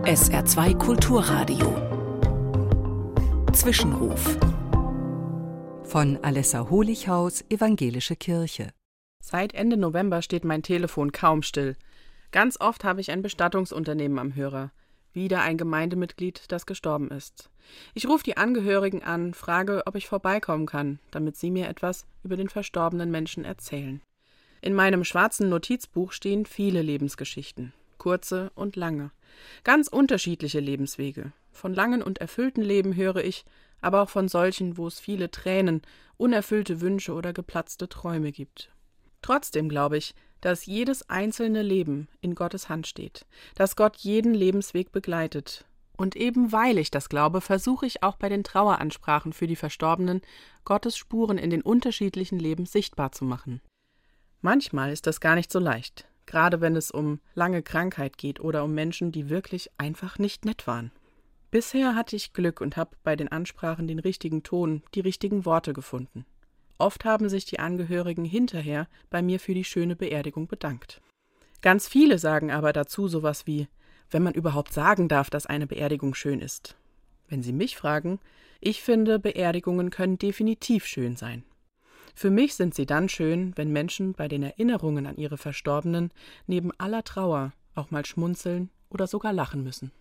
SR2 Kulturradio. Zwischenruf. Von Alessa Holichhaus, Evangelische Kirche. Seit Ende November steht mein Telefon kaum still. Ganz oft habe ich ein Bestattungsunternehmen am Hörer. Wieder ein Gemeindemitglied, das gestorben ist. Ich rufe die Angehörigen an, frage, ob ich vorbeikommen kann, damit sie mir etwas über den verstorbenen Menschen erzählen. In meinem schwarzen Notizbuch stehen viele Lebensgeschichten, kurze und lange. Ganz unterschiedliche Lebenswege. Von langen und erfüllten Leben höre ich, aber auch von solchen, wo es viele Tränen, unerfüllte Wünsche oder geplatzte Träume gibt. Trotzdem glaube ich, dass jedes einzelne Leben in Gottes Hand steht, dass Gott jeden Lebensweg begleitet. Und eben weil ich das glaube, versuche ich auch bei den Traueransprachen für die Verstorbenen, Gottes Spuren in den unterschiedlichen Leben sichtbar zu machen. Manchmal ist das gar nicht so leicht, gerade wenn es um lange Krankheit geht oder um Menschen, die wirklich einfach nicht nett waren. Bisher hatte ich Glück und habe bei den Ansprachen den richtigen Ton, die richtigen Worte gefunden. Oft haben sich die Angehörigen hinterher bei mir für die schöne Beerdigung bedankt. Ganz viele sagen aber dazu sowas wie, wenn man überhaupt sagen darf, dass eine Beerdigung schön ist. Wenn Sie mich fragen, ich finde, Beerdigungen können definitiv schön sein. Für mich sind sie dann schön, wenn Menschen bei den Erinnerungen an ihre Verstorbenen neben aller Trauer auch mal schmunzeln oder sogar lachen müssen.